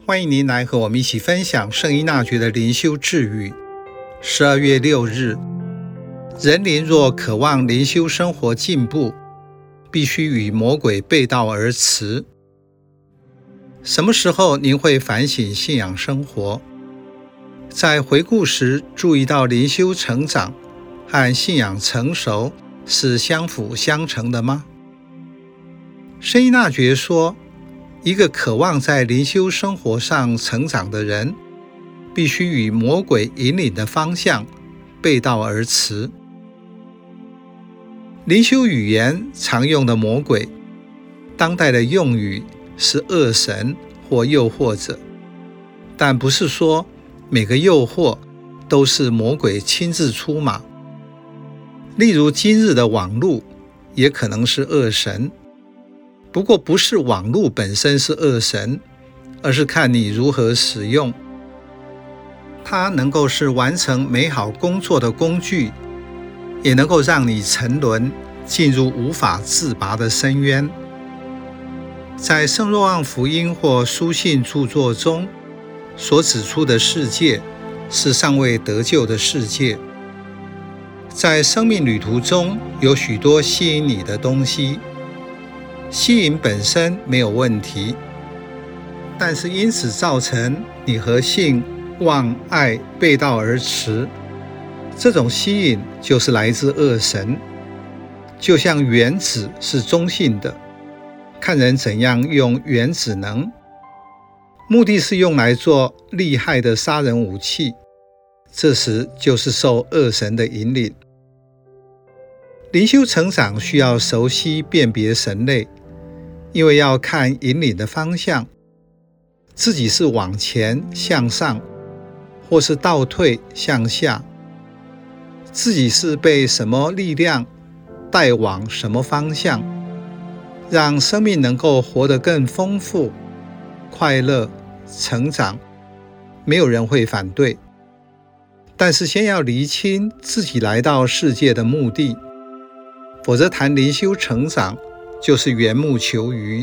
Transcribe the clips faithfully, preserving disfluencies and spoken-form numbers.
欢迎您来和我们一起分享圣依纳爵的灵修智语。十二月六日，人灵若渴望灵修生活进步，必须与魔鬼背道而驰。什么时候您会反省信仰生活？在回顾时注意到灵修成长和信仰成熟是相辅相成的吗？圣依纳爵说，一个渴望在灵修生活上成长的人，必须与魔鬼引领的方向背道而驰。灵修语言常用的魔鬼，当代的用语是恶神或诱惑者，但不是说每个诱惑都是魔鬼亲自出马。例如今日的网络也可能是恶神，不过不是网络本身是恶神，而是看你如何使用。它能够是完成美好工作的工具，也能够让你沉沦，进入无法自拔的深渊。在圣若望福音或书信著作中所指出的世界，是尚未得救的世界。在生命旅途中有许多吸引你的东西，吸引本身没有问题，但是因此造成你和性、望、爱背道而驰，这种吸引就是来自恶神。就像原子是中性的，看人怎样用原子能，目的是用来做厉害的杀人武器，这时就是受恶神的引领。灵修成长需要熟悉辨别神类，因为要看引领的方向，自己是往前向上，或是倒退向下，自己是被什么力量带往什么方向，让生命能够活得更丰富、快乐、成长，没有人会反对。但是先要厘清自己来到世界的目的，否则谈灵修成长就是缘木求鱼。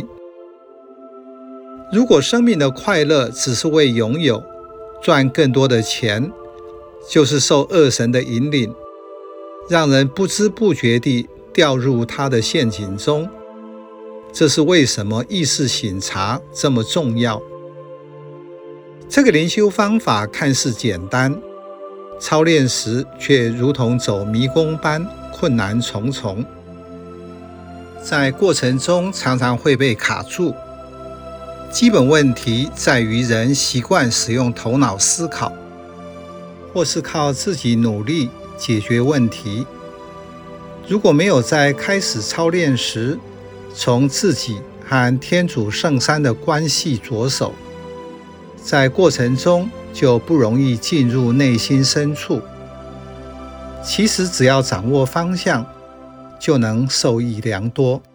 如果生命的快乐只是为拥有、赚更多的钱，就是受恶神的引领，让人不知不觉地掉入他的陷阱中。这是为什么意识省察这么重要。这个灵修方法看似简单，操练时却如同走迷宫般困难重重，在过程中常常会被卡住。基本问题在于人习惯使用头脑思考，或是靠自己努力解决问题。如果没有在开始操练时从自己和天主圣三的关系着手，在过程中就不容易进入内心深处。其实只要掌握方向，就能受益良多。